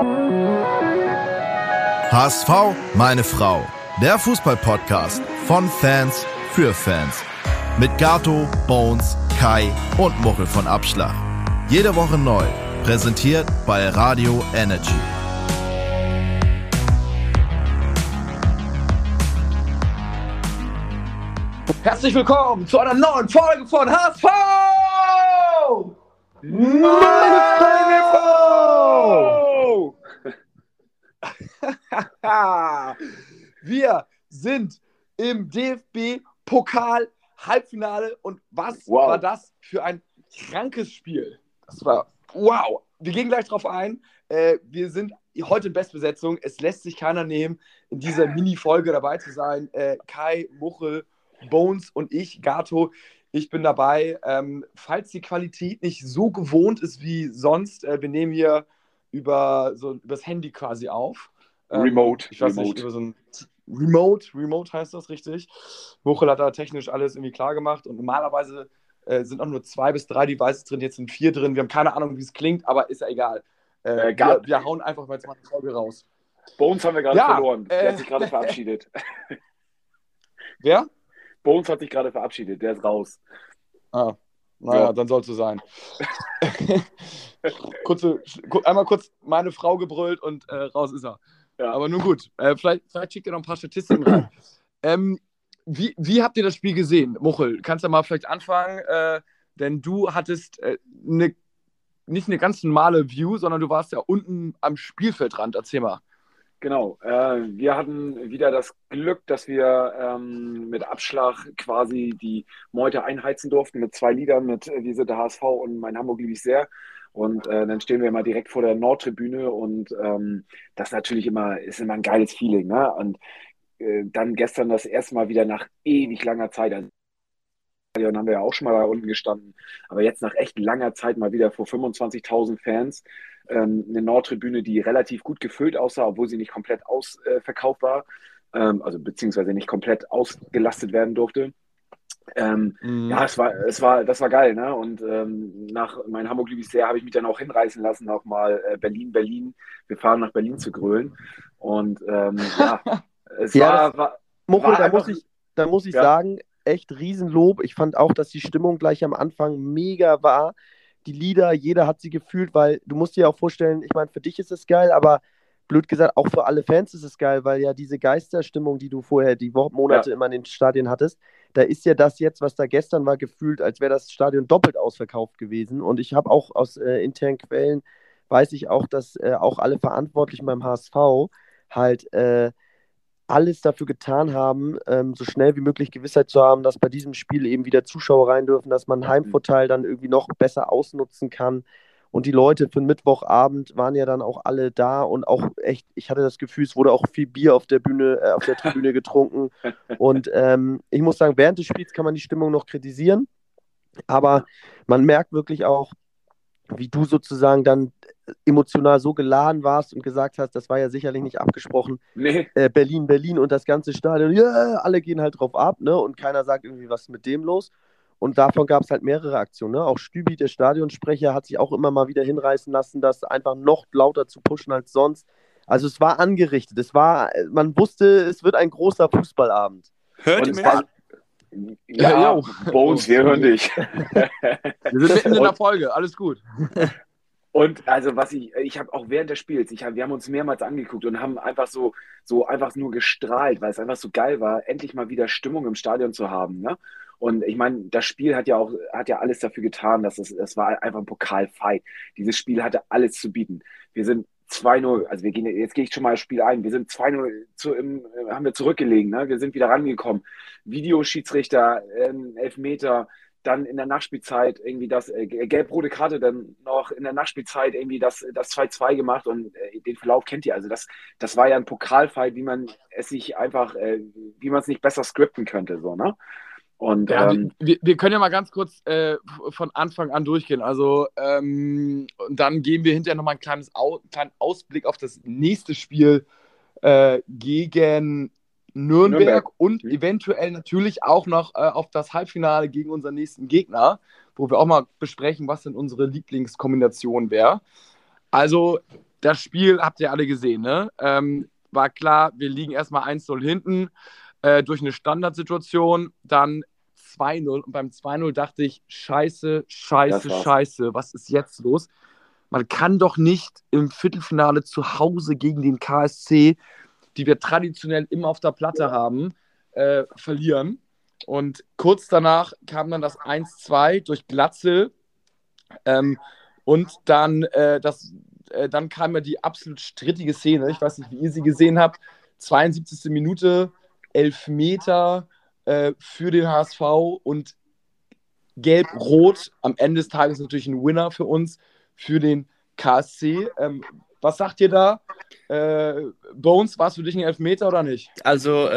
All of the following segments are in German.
HSV, meine Frau. Der Fußball-Podcast von Fans für Fans. Mit Gato, Bones, Kai und Muchel von Abschlag. Jede Woche neu. Präsentiert bei Radio Energy. Herzlich willkommen zu einer neuen Folge von HSV! Meine Frau! Wir sind im DFB-Pokal-Halbfinale und was war das für ein krankes Spiel? Das war wow! Wir gehen gleich drauf ein. Wir sind heute in Bestbesetzung. Es lässt sich keiner nehmen, in dieser Mini-Folge dabei zu sein. Kai, Muchel, Bones und ich, Gato, ich bin dabei. Falls die Qualität nicht so gewohnt ist wie sonst, wir nehmen hier übers Handy quasi auf. Remote. Nicht, über so ein Remote heißt das richtig. Muchel hat da technisch alles irgendwie klar gemacht und normalerweise sind auch nur 2 bis 3 Devices drin, jetzt sind 4 drin. Wir haben keine Ahnung, wie es klingt, aber ist ja egal. Wir hauen einfach mal 20 Folge raus. Bones haben wir gerade verloren. Der hat sich gerade verabschiedet. Wer? Bones hat sich gerade verabschiedet, der ist raus. Dann soll es so sein. Einmal kurz meine Frau gebrüllt und raus ist er. Ja. Aber nun gut, vielleicht schickt ihr noch ein paar Statistiken rein. Wie habt ihr das Spiel gesehen? Muchel, kannst du mal vielleicht anfangen? Denn du hattest nicht eine ganz normale View, sondern du warst ja unten am Spielfeldrand. Erzähl mal. Genau, wir hatten wieder das Glück, dass wir mit Abschlag quasi die Meute einheizen durften mit 2 Liedern, mit Wir sind der HSV und Mein Hamburg liebe ich sehr. Und dann stehen wir mal direkt vor der Nordtribüne und das natürlich ist immer ein geiles Feeling. Ne? Und dann gestern das erste Mal wieder nach ewig langer Zeit, also haben wir ja auch schon mal da unten gestanden, aber jetzt nach echt langer Zeit mal wieder vor 25.000 Fans, eine Nordtribüne, die relativ gut gefüllt aussah, obwohl sie nicht komplett ausverkauft war, also beziehungsweise nicht komplett ausgelastet werden durfte. Ja, das war geil, ne? Und nach Mein Hamburg liebe ich sehr, habe ich mich dann auch hinreißen lassen, auch mal Berlin, wir fahren nach Berlin zu grölen. Und da muss ich sagen, echt Riesenlob. Ich fand auch, dass die Stimmung gleich am Anfang mega war. Die Lieder, jeder hat sie gefühlt, weil du musst dir auch vorstellen, ich meine, für dich ist es geil, aber blöd gesagt, auch für alle Fans ist es geil, weil ja diese Geisterstimmung, die du vorher die Monate immer in den Stadien hattest, da ist ja das jetzt, was da gestern war, gefühlt, als wäre das Stadion doppelt ausverkauft gewesen. Und ich habe auch aus internen Quellen, weiß ich auch, dass auch alle Verantwortlichen beim HSV halt alles dafür getan haben, so schnell wie möglich Gewissheit zu haben, dass bei diesem Spiel eben wieder Zuschauer rein dürfen, dass man einen Heimvorteil dann irgendwie noch besser ausnutzen kann. Und die Leute für den Mittwochabend waren ja dann auch alle da und auch echt, ich hatte das Gefühl, es wurde auch viel Bier auf der Tribüne getrunken. Und ich muss sagen, während des Spiels kann man die Stimmung noch kritisieren, aber man merkt wirklich auch, wie du sozusagen dann emotional so geladen warst und gesagt hast, das war ja sicherlich nicht abgesprochen, Berlin und das ganze Stadion, alle gehen halt drauf ab, ne? Und keiner sagt irgendwie, was ist mit dem los? Und davon gab es halt mehrere Aktionen, ne? Auch Stübi, der Stadionsprecher, hat sich auch immer mal wieder hinreißen lassen, das einfach noch lauter zu pushen als sonst. Also es war angerichtet, man wusste, es wird ein großer Fußballabend. Hört ihr mich? Ja, Bones, wir hören dich. Wir sind mitten in der Folge, alles gut. Und also ich habe auch während des Spiels, wir haben uns mehrmals angeguckt und haben einfach so einfach nur gestrahlt, weil es einfach so geil war, endlich mal wieder Stimmung im Stadion zu haben. Ne? Und ich meine, das Spiel hat ja alles dafür getan, dass es war einfach ein Pokalfight. Dieses Spiel hatte alles zu bieten. Wir sind 2-0, also jetzt gehe ich schon mal das Spiel ein, wir sind 2-0 haben wir zurückgelegen, ne? Wir sind wieder rangekommen. Videoschiedsrichter, Elfmeter, dann in der Nachspielzeit irgendwie das gelb-rote Karte, dann noch in der Nachspielzeit irgendwie das 2-2 gemacht und den Verlauf kennt ihr. Also das war ja ein Pokalfight, wie man es nicht besser skripten könnte, so, ne? Und wir können ja mal ganz kurz von Anfang an durchgehen. Also und dann geben wir hinterher nochmal einen kleinen Ausblick auf das nächste Spiel gegen Nürnberg und eventuell natürlich auch noch auf das Halbfinale gegen unseren nächsten Gegner, wo wir auch mal besprechen, was denn unsere Lieblingskombination wäre. Also das Spiel habt ihr alle gesehen, ne? War klar, wir liegen erstmal 1-0 hinten durch eine Standardsituation, dann 2-0 und beim 2-0 dachte ich, scheiße, was ist jetzt los? Man kann doch nicht im Viertelfinale zu Hause gegen den KSC, die wir traditionell immer auf der Platte haben, verlieren. Und kurz danach kam dann das 1-2 durch Glatzel. Und dann, dann kam ja die absolut strittige Szene. Ich weiß nicht, wie ihr sie gesehen habt. 72. Minute, Elfmeter für den HSV und Gelb-Rot. Am Ende des Tages natürlich ein Winner für uns, für den KSC. Was sagt ihr da? Bones, war es für dich ein Elfmeter oder nicht? Also,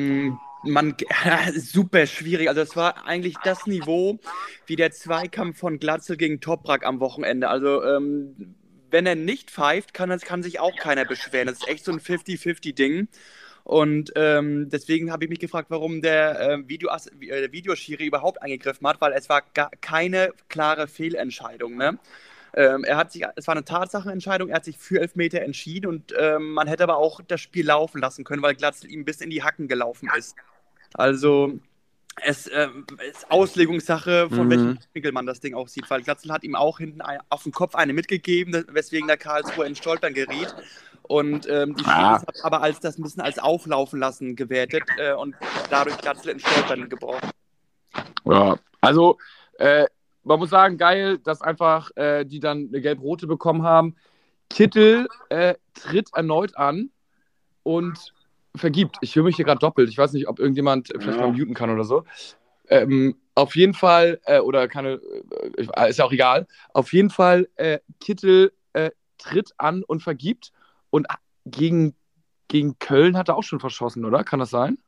super schwierig. Also, es war eigentlich das Niveau wie der Zweikampf von Glatzel gegen Toprak am Wochenende. Also, wenn er nicht pfeift, kann sich auch keiner beschweren. Das ist echt so ein 50-50-Ding. Und deswegen habe ich mich gefragt, warum der Videoschiri überhaupt eingegriffen hat, weil es war keine klare Fehlentscheidung, ne? Es war eine Tatsachenentscheidung, er hat sich für Elfmeter entschieden und man hätte aber auch das Spiel laufen lassen können, weil Glatzel ihm bis in die Hacken gelaufen ist. Also es ist Auslegungssache, von welchem Winkel man das Ding auch sieht, weil Glatzel hat ihm auch hinten auf den Kopf eine mitgegeben, weswegen der Karlsruhe in Stolpern geriet. Und die Schiris hat aber das ein bisschen als Auflaufen lassen gewertet und dadurch Glatzel in Stolpern gebrochen. Ja, also man muss sagen, geil, dass einfach die dann eine Gelb-Rote bekommen haben. Kittel tritt erneut an und vergibt. Ich höre mich hier gerade doppelt. Ich weiß nicht, ob irgendjemand vielleicht mal muten kann oder so. Auf jeden Fall, ist ja auch egal. Auf jeden Fall, Kittel tritt an und vergibt. Und gegen Köln hat er auch schon verschossen, oder? Kann das sein?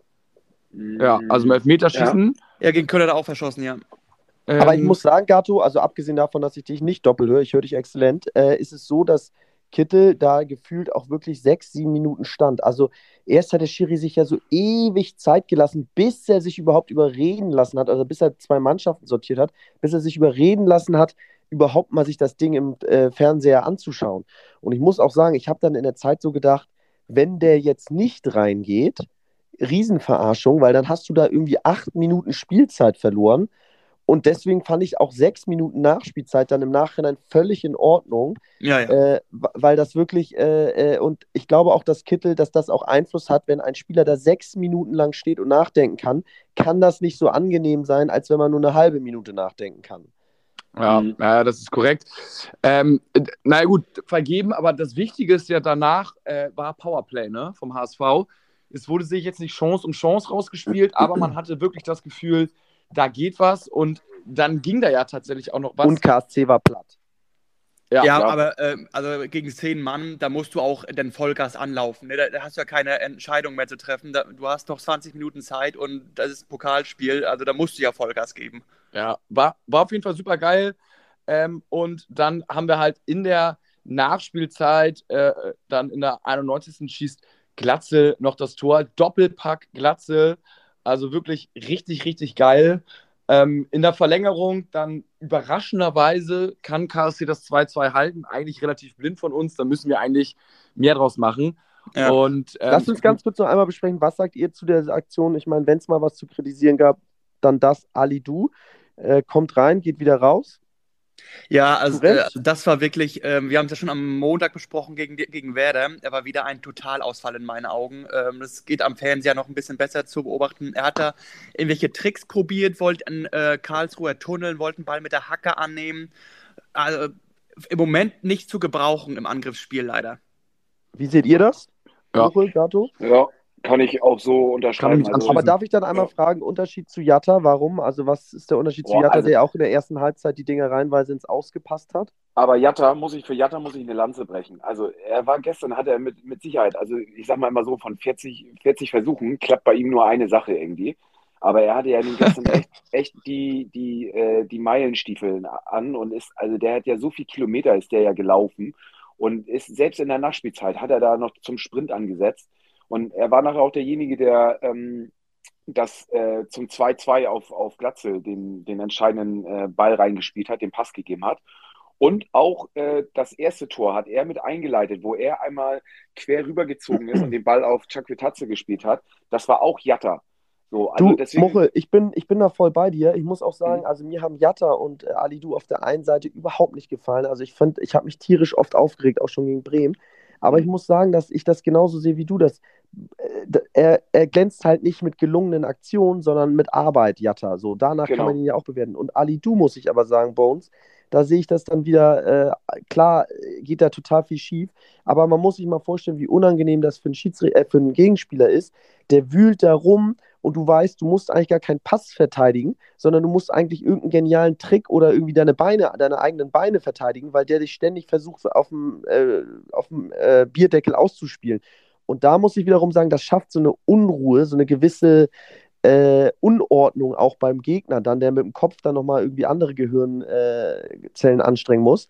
Ja, also im Elfmeterschießen. Ja, gegen Köln hat er auch verschossen, ja. Aber ich muss sagen, Gato, also abgesehen davon, dass ich dich nicht doppelt höre, ich höre dich exzellent, ist es so, dass Kittel da gefühlt auch wirklich 6-7 Minuten stand. Also erst hat der Schiri sich ja so ewig Zeit gelassen, bis er sich überhaupt überreden lassen hat, also bis er 2 Mannschaften sortiert hat, bis er sich überreden lassen hat, überhaupt mal sich das Ding im Fernseher anzuschauen. Und ich muss auch sagen, ich habe dann in der Zeit so gedacht, wenn der jetzt nicht reingeht, Riesenverarschung, weil dann hast du da irgendwie 8 Minuten Spielzeit verloren. Und deswegen fand ich auch 6 Minuten Nachspielzeit dann im Nachhinein völlig in Ordnung. Ja. Weil das wirklich, und ich glaube auch, dass Kittel, dass das auch Einfluss hat, wenn ein Spieler da 6 Minuten lang steht und nachdenken kann das nicht so angenehm sein, als wenn man nur eine halbe Minute nachdenken kann. Ja, das ist korrekt. Naja gut, vergeben, aber das Wichtige ist ja danach, war Powerplay, ne, vom HSV. Es wurde sich jetzt nicht Chance um Chance rausgespielt, aber man hatte wirklich das Gefühl, da geht was und dann ging da ja tatsächlich auch noch was. Und KSC war platt. Ja. Aber also gegen 10 Mann, da musst du auch den Vollgas anlaufen. Ne? Da hast du ja keine Entscheidung mehr zu treffen. Du hast noch 20 Minuten Zeit und das ist ein Pokalspiel, also da musst du ja Vollgas geben. Ja, war auf jeden Fall super geil. Und dann haben wir halt in der Nachspielzeit, dann in der 91. schießt Glatzel noch das Tor. Doppelpack Glatzel. Also wirklich richtig, richtig geil. In der Verlängerung dann überraschenderweise kann KSC das 2-2 halten. Eigentlich relativ blind von uns. Da müssen wir eigentlich mehr draus machen. Ja. Und, Lass uns ganz kurz noch einmal besprechen, was sagt ihr zu der Aktion? Ich meine, wenn es mal was zu kritisieren gab, dann das Ali-Du. Kommt rein, geht wieder raus. Ja, also das war wirklich, wir haben es ja schon am Montag besprochen gegen Werder, er war wieder ein Totalausfall in meinen Augen. Das geht am Fernseher noch ein bisschen besser zu beobachten. Er hat da irgendwelche Tricks probiert, wollte einen Karlsruher tunneln, wollte einen Ball mit der Hacke annehmen. Also im Moment nicht zu gebrauchen im Angriffsspiel leider. Wie seht ihr das? Ja. Gato? Ja, kann ich auch so unterschreiben. Aber darf ich dann einmal fragen, Unterschied zu Jatta, warum? Also was ist der Unterschied zu Jatta, der auch in der ersten Halbzeit die Dinger reihenweise ins Ausgepasst hat? Aber für Jatta muss ich eine Lanze brechen. Also hat er mit Sicherheit, also ich sag mal immer so, von 40 Versuchen klappt bei ihm nur eine Sache irgendwie. Aber er hatte ja gestern echt die Meilenstiefeln an und der hat ja so viel Kilometer ist der ja gelaufen und ist selbst in der Nachspielzeit hat er da noch zum Sprint angesetzt. Und er war nachher auch derjenige, der das zum 2-2 auf Glatzel den entscheidenden Ball reingespielt hat, den Pass gegeben hat. Und auch das erste Tor hat er mit eingeleitet, wo er einmal quer rübergezogen ist und den Ball auf Chakwitadze gespielt hat. Das war auch Jatta. So, also deswegen... Moche, ich bin da voll bei dir. Ich muss auch sagen, also mir haben Jatta und Alidou auf der einen Seite überhaupt nicht gefallen. Also ich habe mich tierisch oft aufgeregt, auch schon gegen Bremen. Aber ich muss sagen, dass ich das genauso sehe wie du. Er glänzt halt nicht mit gelungenen Aktionen, sondern mit Arbeit, Jatta. So, danach kann man ihn ja auch bewerten. Und Alidou, muss ich aber sagen, Bones, da sehe ich das dann wieder, klar, geht da total viel schief, aber man muss sich mal vorstellen, wie unangenehm das für für einen Gegenspieler ist. Der wühlt da rum und du weißt, du musst eigentlich gar keinen Pass verteidigen, sondern du musst eigentlich irgendeinen genialen Trick oder irgendwie deine eigenen Beine verteidigen, weil der dich ständig versucht, auf dem Bierdeckel auszuspielen. Und da muss ich wiederum sagen, das schafft so eine Unruhe, so eine gewisse Unordnung auch beim Gegner dann, der mit dem Kopf dann nochmal irgendwie andere Gehirnzellen anstrengen muss.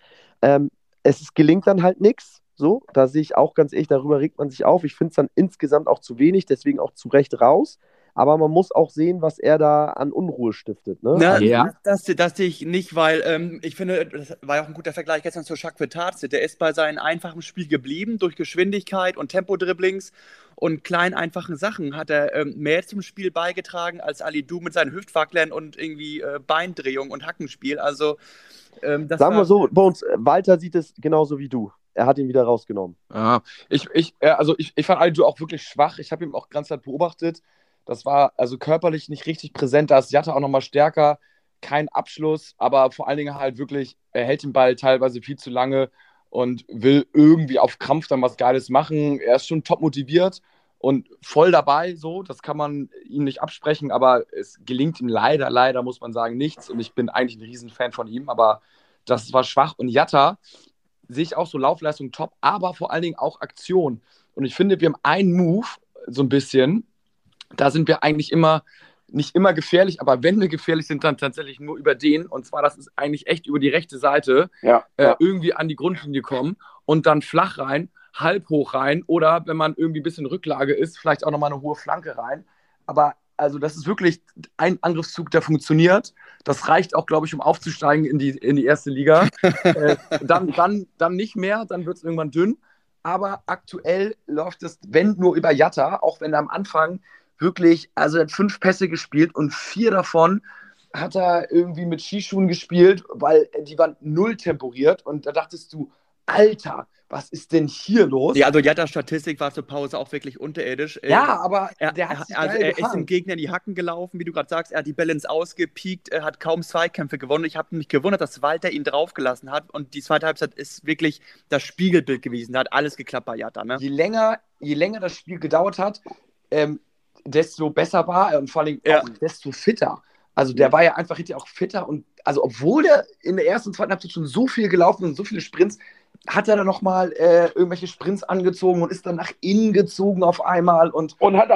Es gelingt dann halt nichts. So, da sehe ich auch ganz ehrlich, darüber regt man sich auf. Ich finde es dann insgesamt auch zu wenig, deswegen auch zu Recht raus. Aber man muss auch sehen, was er da an Unruhe stiftet. Ne? Na, ja. Das sehe ich nicht, weil ich finde, das war ja auch ein guter Vergleich gestern zu Chakwitadze. Der ist bei seinem einfachen Spiel geblieben, durch Geschwindigkeit und Tempodribblings und kleinen, einfachen Sachen hat er mehr zum Spiel beigetragen als Alidou mit seinen Hüftwacklern und irgendwie Beindrehung und Hackenspiel. Also, sagen wir so, bei uns, Walter sieht es genauso wie du. Er hat ihn wieder rausgenommen. Ja, ich fand Alidou auch wirklich schwach. Ich habe ihn auch die ganze Zeit beobachtet. Das war also körperlich nicht richtig präsent. Da ist Jatta auch nochmal stärker. Kein Abschluss, aber vor allen Dingen halt wirklich, er hält den Ball teilweise viel zu lange und will irgendwie auf Krampf dann was Geiles machen. Er ist schon top motiviert und voll dabei, so. Das kann man ihm nicht absprechen, aber es gelingt ihm leider, muss man sagen, nichts. Und ich bin eigentlich ein Riesenfan von ihm, aber das war schwach. Und Jatta sehe ich auch so Laufleistung top, aber vor allen Dingen auch Aktion. Und ich finde, wir haben einen Move, so ein bisschen, da sind wir eigentlich nicht immer gefährlich, aber wenn wir gefährlich sind, dann tatsächlich nur über den. Und zwar, das ist eigentlich echt über die rechte Seite irgendwie an die Grundlinie kommen und dann flach rein, halb hoch rein oder wenn man irgendwie ein bisschen Rücklage ist, vielleicht auch nochmal eine hohe Flanke rein. Aber also das ist wirklich ein Angriffszug, der funktioniert. Das reicht auch, glaube ich, um aufzusteigen in die erste Liga. Dann nicht mehr, dann wird es irgendwann dünn. Aber aktuell läuft es, wenn nur über Jatta, auch wenn er am Anfang wirklich, also er hat 5 Pässe gespielt und 4 davon hat er irgendwie mit Skischuhen gespielt, weil die waren 0 temporiert und da dachtest du, Alter, was ist denn hier los? Ja, also Jattas Statistik war zur Pause auch wirklich unterirdisch. Ja, aber er ist dem Gegner in die Hacken gelaufen, wie du gerade sagst, er hat die Balance ausgepiekt, er hat kaum Zweikämpfe gewonnen. Ich habe mich gewundert, dass Walter ihn draufgelassen hat und die zweite Halbzeit ist wirklich das Spiegelbild gewesen. Da hat alles geklappt bei Jatta. Ne? Je länger das Spiel gedauert hat, desto besser war er und vor allem auch desto fitter. Also der war ja einfach richtig auch fitter und also obwohl der in der ersten und zweiten Halbzeit schon so viel gelaufen ist und so viele Sprints, hat er dann nochmal irgendwelche Sprints angezogen und ist dann nach innen gezogen auf einmal und hat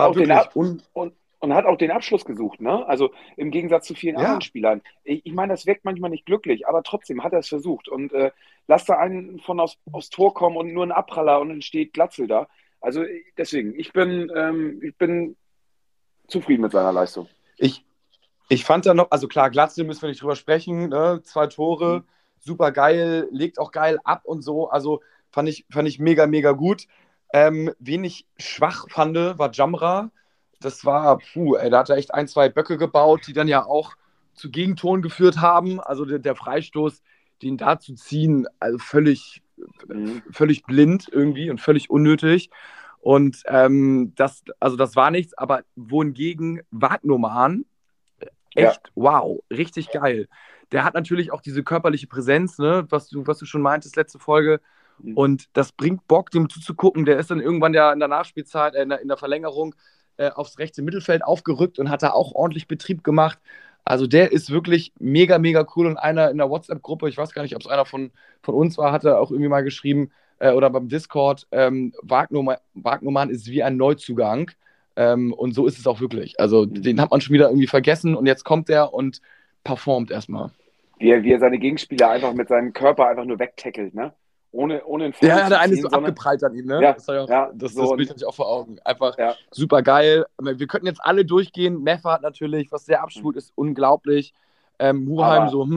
auch den Abschluss gesucht, ne? Also im Gegensatz zu vielen anderen Spielern. Ich meine, das wirkt manchmal nicht glücklich, aber trotzdem hat er es versucht und lass da einen von aufs Tor kommen und nur einen Abpraller und dann steht Glatzel da. Also deswegen, ich bin zufrieden mit seiner Leistung. Ich fand da noch, also klar, Glatzel müssen wir nicht drüber sprechen, ne? 2 Tore, super geil, legt auch geil ab und so, also fand ich mega, mega gut. Wen ich schwach fand, war Jamra. Das war, da hat er echt 1, 2 Böcke gebaut, die dann ja auch zu Gegentoren geführt haben. Also der Freistoß, den da zu ziehen, also völlig blind irgendwie und völlig unnötig. Und das war nichts, aber wohingegen Wagnumann, echt, wow, richtig geil. Der hat natürlich auch diese körperliche Präsenz, ne, was du schon meintest, letzte Folge. Und das bringt Bock, dem zuzugucken. Der ist dann irgendwann ja in der Nachspielzeit, in der Verlängerung aufs rechte Mittelfeld aufgerückt und hat da auch ordentlich Betrieb gemacht. Also der ist wirklich mega, mega cool. Und einer in der WhatsApp-Gruppe, ich weiß gar nicht, ob es einer von uns war, hat er auch irgendwie mal geschrieben, oder beim Discord, Wagnumann ist wie ein Neuzugang. Und so ist es auch wirklich. Also den hat man schon wieder irgendwie vergessen und jetzt kommt der und performt erstmal. Wie er seine Gegenspieler einfach mit seinem Körper einfach nur wegtackelt, ne? Ohne einen Ja, der eine ist so abgeprallt an ihm, ne? Ja, das Bild hatte ich auch vor Augen. Einfach super geil. Wir könnten jetzt alle durchgehen. Meffert natürlich, was der abspult, ist unglaublich. Muheim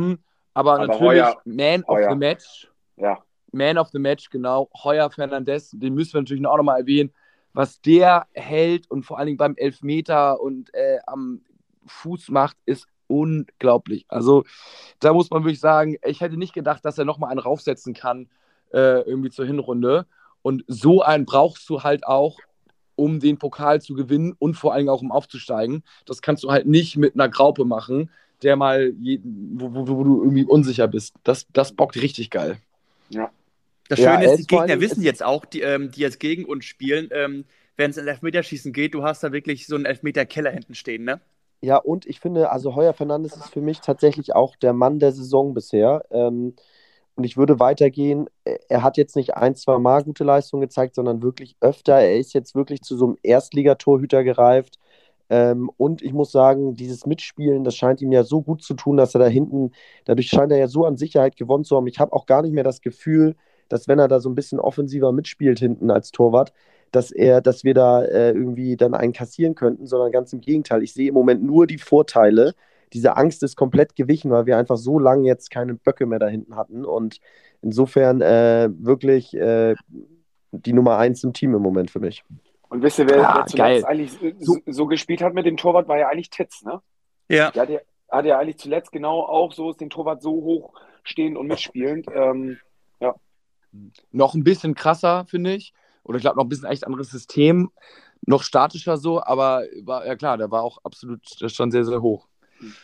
Aber natürlich Heuer, Man of the Match. Ja. Man of the Match, genau. Heuer Fernandes, den müssen wir natürlich auch nochmal erwähnen, was der hält und vor allen Dingen beim Elfmeter und am Fuß macht, ist unglaublich. Also da muss man wirklich sagen, ich hätte nicht gedacht, dass er nochmal einen raufsetzen kann, irgendwie zur Hinrunde. Und so einen brauchst du halt auch, um den Pokal zu gewinnen und vor allen Dingen auch um aufzusteigen. Das kannst du halt nicht mit einer Graupe machen, der mal wo du irgendwie unsicher bist. Das bockt richtig geil. Ja. Das Schöne ist, die Gegner wissen jetzt auch, die jetzt gegen uns spielen, wenn es in Elfmeterschießen geht, du hast da wirklich so einen Elfmeter-Keller hinten stehen, ne? Ja, und ich finde, also Heuer Fernandes ist für mich tatsächlich auch der Mann der Saison bisher. Und ich würde weitergehen. Er hat jetzt nicht 1, 2 Mal gute Leistungen gezeigt, sondern wirklich öfter. Er ist jetzt wirklich zu so einem Erstligatorhüter gereift. Und ich muss sagen, dieses Mitspielen, das scheint ihm ja so gut zu tun, dass er da hinten, dadurch scheint er ja so an Sicherheit gewonnen zu haben. Ich habe auch gar nicht mehr das Gefühl, dass wenn er da so ein bisschen offensiver mitspielt hinten als Torwart, dass wir da irgendwie dann einen kassieren könnten, sondern ganz im Gegenteil. Ich sehe im Moment nur die Vorteile. Diese Angst ist komplett gewichen, weil wir einfach so lange jetzt keine Böcke mehr da hinten hatten. Und insofern wirklich die Nummer 1 im Team im Moment für mich. Und wisst ihr, wer zuletzt eigentlich so gespielt hat mit dem Torwart, war ja eigentlich Titz, ne? Ja. Der hat ja eigentlich zuletzt genau auch so, ist den Torwart so hoch stehend und mitspielend. Ja. Noch ein bisschen krasser, finde ich. Oder ich glaube, noch ein bisschen echt anderes System. Noch statischer so, aber ja klar, der war auch absolut, der stand sehr, sehr hoch.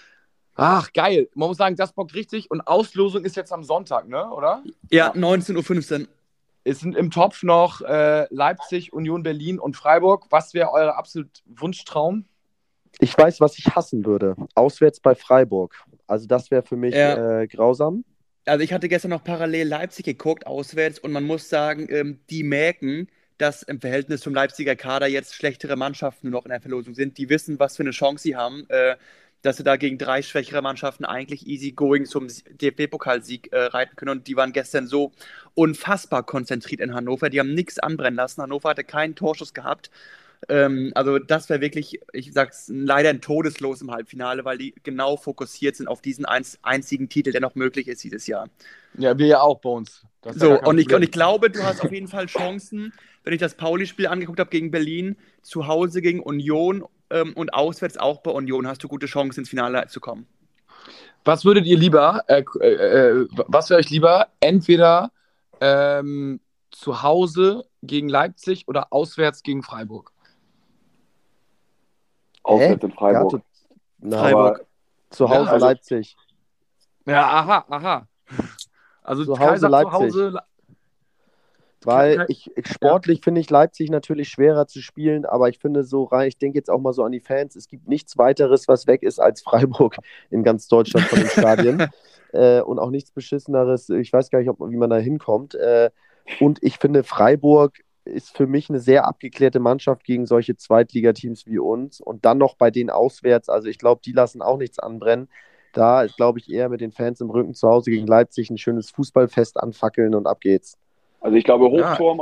Ach, geil. Man muss sagen, das bockt richtig. Und Auslosung ist jetzt am Sonntag, ne? Oder? Ja, 19:15 Uhr. Es sind im Topf noch Leipzig, Union Berlin und Freiburg. Was wäre euer absolut Wunschtraum? Ich weiß, was ich hassen würde. Auswärts bei Freiburg. Also das wäre für mich grausam. Also ich hatte gestern noch parallel Leipzig geguckt, auswärts, und man muss sagen, die merken, dass im Verhältnis zum Leipziger Kader jetzt schlechtere Mannschaften nur noch in der Verlosung sind. Die wissen, was für eine Chance sie haben, dass sie da gegen 3 schwächere Mannschaften eigentlich easy going zum DFB-Pokalsieg reiten können. Und die waren gestern so unfassbar konzentriert in Hannover. Die haben nichts anbrennen lassen. Hannover hatte keinen Torschuss gehabt. Also das wäre wirklich, ich sag's, leider ein Todeslos im Halbfinale, weil die genau fokussiert sind auf diesen einzigen Titel, der noch möglich ist dieses Jahr. Ja, wir ja auch bei uns. So, und ich glaube, du hast auf jeden Fall Chancen, wenn ich das Pauli-Spiel angeguckt habe gegen Berlin, zu Hause gegen Union und auswärts auch bei Union hast du gute Chancen, ins Finale zu kommen. Was würdet ihr lieber, was wäre euch lieber, entweder zu Hause gegen Leipzig oder auswärts gegen Freiburg? Auswärts in Freiburg. Freiburg. Zu Hause also, Leipzig. Ja, aha. Also zu Hause Leipzig. Zu Hause, weil sportlich finde ich Leipzig natürlich schwerer zu spielen, aber ich finde so rein, ich denke jetzt auch mal so an die Fans, es gibt nichts weiteres, was weg ist als Freiburg in ganz Deutschland von den Stadien. Und auch nichts Beschisseneres, ich weiß gar nicht, wie man da hinkommt. Und ich finde, Freiburg ist für mich eine sehr abgeklärte Mannschaft gegen solche Zweitligateams wie uns. Und dann noch bei denen auswärts, also ich glaube, die lassen auch nichts anbrennen. Da ist, glaube ich, eher mit den Fans im Rücken zu Hause gegen Leipzig ein schönes Fußballfest anfackeln und ab geht's. Also ich glaube, Hochturm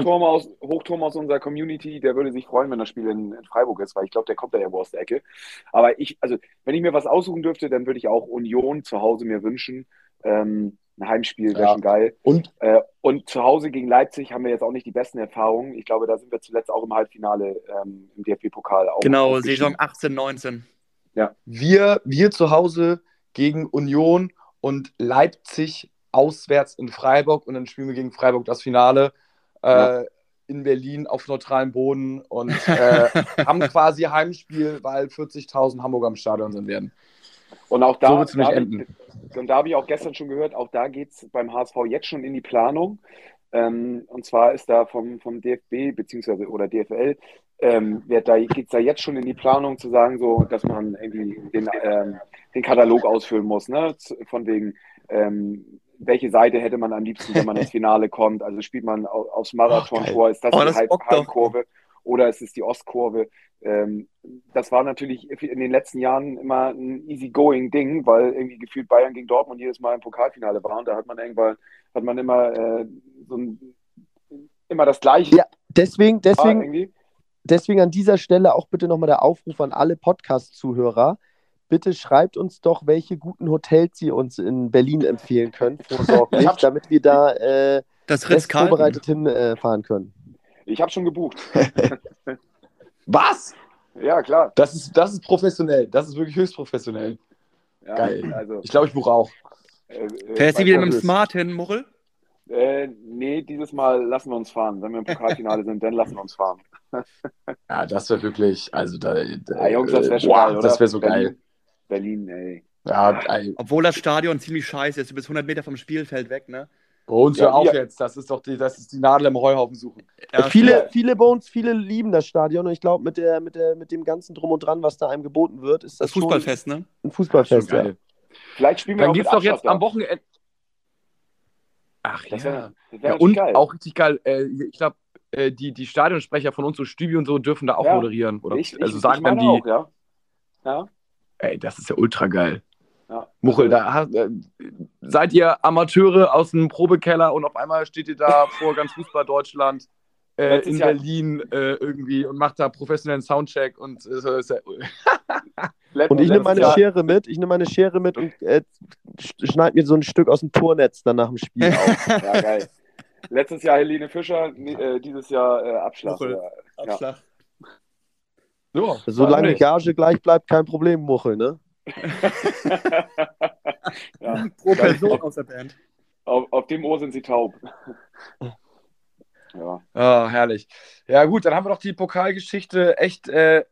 aus unserer Community, der würde sich freuen, wenn das Spiel in Freiburg ist, weil ich glaube, der kommt da irgendwo aus der Ecke. Aber wenn ich mir was aussuchen dürfte, dann würde ich auch Union zu Hause mir wünschen. Ein Heimspiel wäre schon geil. Und zu Hause gegen Leipzig haben wir jetzt auch nicht die besten Erfahrungen. Ich glaube, da sind wir zuletzt auch im Halbfinale im DFB-Pokal auch. Genau, Saison 18, 19. Ja. Wir zu Hause gegen Union und Leipzig auswärts in Freiburg und dann spielen wir gegen Freiburg das Finale in Berlin auf neutralem Boden und haben quasi Heimspiel, weil 40.000 Hamburger im Stadion sind werden. Und auch da, so wird's nicht enden. Und da habe ich auch gestern schon gehört, auch da geht es beim HSV jetzt schon in die Planung. Und zwar ist da vom DFB bzw. oder DFL geht es da jetzt schon in die Planung zu sagen, so, dass man irgendwie den Katalog ausfüllen muss, ne? Von wegen welche Seite hätte man am liebsten, wenn man ins Finale kommt? Also spielt man aufs Marathon-Tor, ist das die Halbkurve oder ist es die Ostkurve? Das war natürlich in den letzten Jahren immer ein easy-going-Ding, weil irgendwie gefühlt Bayern gegen Dortmund jedes Mal im Pokalfinale war und da hat man immer immer das Gleiche. Ja, deswegen an dieser Stelle auch bitte nochmal der Aufruf an alle Podcast-Zuhörer. bitte schreibt uns doch, welche guten Hotels ihr uns in Berlin empfehlen könnt, vorsorglich, damit wir da das vorbereitet hinfahren können. Ich habe schon gebucht. Was? Ja, klar. Das ist professionell. Das ist wirklich höchst professionell. Ja, geil. Also, ich glaube, ich buche auch. Fährst du wieder mit dem Smart hin, Muchel? Nee, dieses Mal lassen wir uns fahren. Wenn wir im Pokalfinale sind, dann lassen wir uns fahren. Ja, das wäre wirklich, also Jungs, das wäre schon geil, oder? Das wäre so geil. Berlin, ey. Ja, obwohl das Stadion ziemlich scheiße ist. Du bist 100 Meter vom Spielfeld weg, ne? Bei uns ja auch jetzt. Das ist die Nadel im Heuhaufen suchen. Ja, viele bei uns, viele lieben das Stadion und ich glaube, mit dem ganzen Drum und Dran, was da einem geboten wird, ist das Fußballfest, ne? Ein Fußballfest, ja. Vielleicht spielen wir dann auch geht's mit doch jetzt da. am Wochenende. Ach das ja. wär und geil. Auch richtig geil. Ich glaube, die Stadionsprecher von uns, so Stübi und so, dürfen da auch moderieren. Oder? Sagen dann die. Auch, ja. Ey, das ist ja ultra geil. Ja. Muchel, seid ihr Amateure aus dem Probekeller und auf einmal steht ihr da vor ganz Fußball Deutschland in Berlin irgendwie und macht da professionellen Soundcheck und und ich nehme meine Schere mit. Und schneide mir so ein Stück aus dem Tornetz dann nach dem Spiel auf. Ja, geil. Letztes Jahr Helene Fischer, dieses Jahr Abschlag. Abschlag. Ja, solange die Gage gleich bleibt, kein Problem, Muchel, ne? Ja. Pro Person aus der Band. Auf dem Ohr sind sie taub. Ja. Oh, herrlich. Ja gut, dann haben wir doch die Pokalgeschichte echt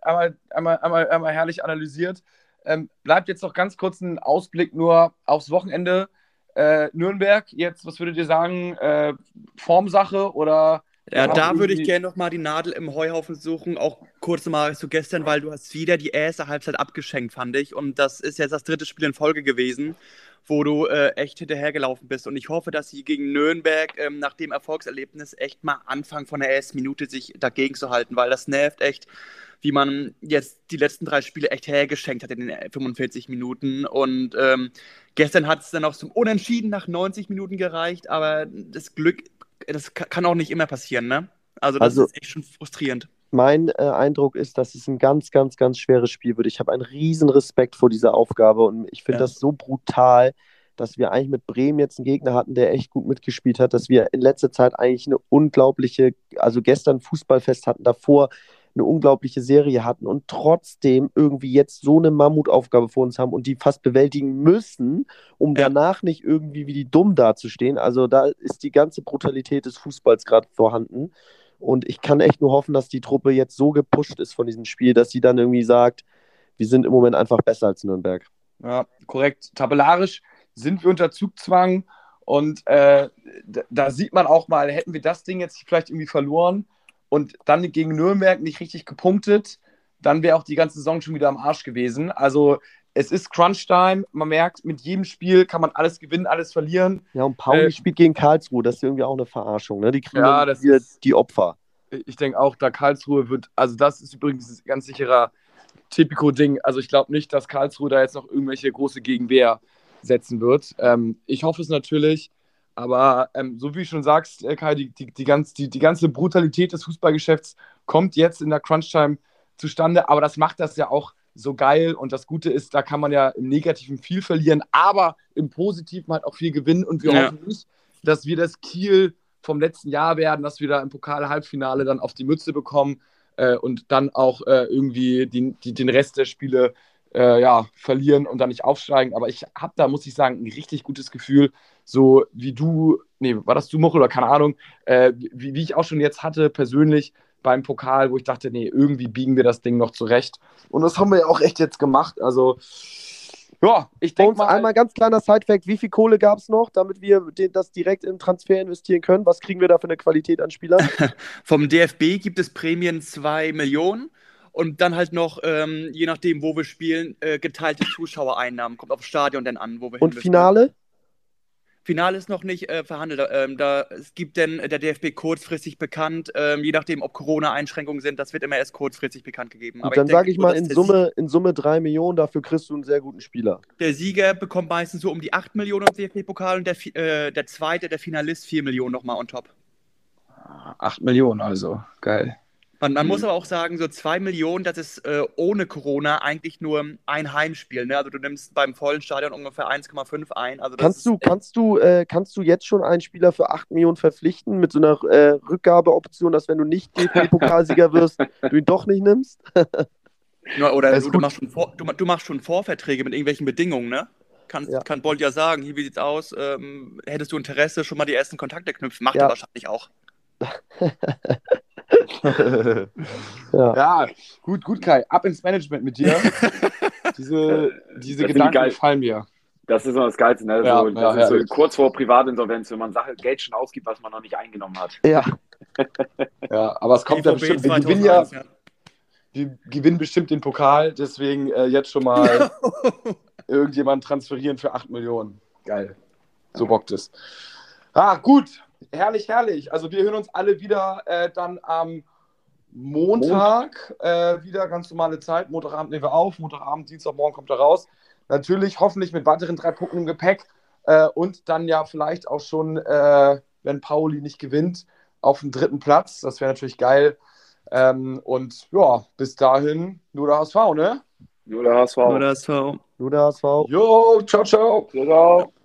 einmal herrlich analysiert. Bleibt jetzt noch ganz kurz ein Ausblick nur aufs Wochenende. Nürnberg, jetzt, was würdet ihr sagen? Formsache oder... Ja, da würde ich gerne nochmal die Nadel im Heuhaufen suchen, auch kurz nochmal zu gestern, weil du hast wieder die erste Halbzeit abgeschenkt, fand ich. Und das ist jetzt das 3. Spiel in Folge gewesen, wo du echt hinterhergelaufen bist. Und ich hoffe, dass sie gegen Nürnberg nach dem Erfolgserlebnis echt mal anfangen, von der ersten Minute sich dagegen zu halten, weil das nervt echt, wie man jetzt die letzten 3 Spiele echt hergeschenkt hat in den 45 Minuten. Und gestern hat es dann auch zum Unentschieden nach 90 Minuten gereicht, aber das Glück... Das kann auch nicht immer passieren, ne? Also das ist echt schon frustrierend. Mein Eindruck ist, dass es ein ganz, ganz, ganz schweres Spiel wird. Ich habe einen riesen Respekt vor dieser Aufgabe und ich finde das so brutal, dass wir eigentlich mit Bremen jetzt einen Gegner hatten, der echt gut mitgespielt hat, dass wir in letzter Zeit eigentlich eine unglaubliche, also gestern Fußballfest hatten, davor eine unglaubliche Serie hatten und trotzdem irgendwie jetzt so eine Mammutaufgabe vor uns haben und die fast bewältigen müssen, um danach nicht irgendwie wie die dumm dazustehen. Also da ist die ganze Brutalität des Fußballs gerade vorhanden und ich kann echt nur hoffen, dass die Truppe jetzt so gepusht ist von diesem Spiel, dass sie dann irgendwie sagt, wir sind im Moment einfach besser als Nürnberg. Ja, korrekt. Tabellarisch sind wir unter Zugzwang und da sieht man auch mal, hätten wir das Ding jetzt vielleicht irgendwie verloren und dann gegen Nürnberg nicht richtig gepunktet, dann wäre auch die ganze Saison schon wieder am Arsch gewesen. Also es ist Crunch-Time, man merkt, mit jedem Spiel kann man alles gewinnen, alles verlieren. Ja, und Pauli spielt gegen Karlsruhe, das ist irgendwie auch eine Verarschung, ne? Die kriegen hier die Opfer. Ich denke auch, da Karlsruhe wird, also das ist übrigens ein ganz sicherer Tipico-Ding. Also ich glaube nicht, dass Karlsruhe da jetzt noch irgendwelche große Gegenwehr setzen wird. Ich hoffe es natürlich, aber so wie du schon sagst, Kai, die ganze Brutalität des Fußballgeschäfts kommt jetzt in der Crunch-Time zustande, aber das macht das ja auch so geil und das Gute ist, da kann man ja im Negativen viel verlieren, aber im Positiven halt auch viel gewinnen und wir hoffen nicht, dass wir das Kiel vom letzten Jahr werden, dass wir da im Pokal-Halbfinale dann auf die Mütze bekommen und dann auch irgendwie den Rest der Spiele verlieren und dann nicht aufsteigen. Aber ich habe da, muss ich sagen, ein richtig gutes Gefühl, so wie du, war das du, Muchel, oder keine Ahnung, wie ich auch schon jetzt hatte, persönlich beim Pokal, wo ich dachte, irgendwie biegen wir das Ding noch zurecht. Und das haben wir ja auch echt jetzt gemacht. Also, ja, ich denke mal... Einmal ganz kleiner Sidefact, wie viel Kohle gab es noch, damit wir das direkt im Transfer investieren können? Was kriegen wir da für eine Qualität an Spielern? Vom DFB gibt es Prämien 2 Millionen. Und dann halt noch, je nachdem, wo wir spielen, geteilte Zuschauereinnahmen. Kommt aufs Stadion dann an, wo wir Und Finale? Finale ist noch nicht verhandelt. Es gibt denn der DFB kurzfristig bekannt, je nachdem, ob Corona-Einschränkungen sind, das wird immer erst kurzfristig bekannt gegeben. Aber dann sage ich mal, in Summe 3 Millionen, dafür kriegst du einen sehr guten Spieler. Der Sieger bekommt meistens so um die 8 Millionen im DFB-Pokal und der Zweite, der Finalist, 4 Millionen nochmal on top. 8 Millionen also, geil. Man muss aber auch sagen, so 2 Millionen, das ist ohne Corona eigentlich nur ein Heimspiel. Ne? Also du nimmst beim vollen Stadion ungefähr 1,5 ein. Also das kannst du jetzt schon einen Spieler für 8 Millionen verpflichten mit so einer Rückgabeoption, dass wenn du nicht DFB-Pokalsieger wirst, du ihn doch nicht nimmst? Ja, oder du machst schon Vorverträge mit irgendwelchen Bedingungen, ne? Kann Bolt ja sagen, hier, wie sieht's aus? Hättest du Interesse, schon mal die ersten Kontakte knüpfen? Macht er wahrscheinlich auch. Ja, gut, Kai. Ab ins Management mit dir. Diese Gedanken gefallen mir. Das ist immer das Geilste, ne? Das ist so kurz vor Privatinsolvenz, wenn man Geld schon ausgibt, was man noch nicht eingenommen hat. Ja. Ja, aber es kommt ja bestimmt. Wir gewinnen bestimmt den Pokal, deswegen jetzt schon mal irgendjemand transferieren für 8 Millionen. Geil. So bockt es. Gut. Herrlich. Also wir hören uns alle wieder dann am Montag. Wieder ganz normale Zeit. Montagabend nehmen wir auf. Montagabend, Dienstagmorgen kommt er raus. Natürlich hoffentlich mit weiteren 3 Punkten im Gepäck. Und dann ja vielleicht auch schon, wenn Pauli nicht gewinnt, auf dem 3. Platz. Das wäre natürlich geil. Und ja, bis dahin nur der HSV, ne? Nur der HSV. Nur der HSV. Jo, ciao. Ciao.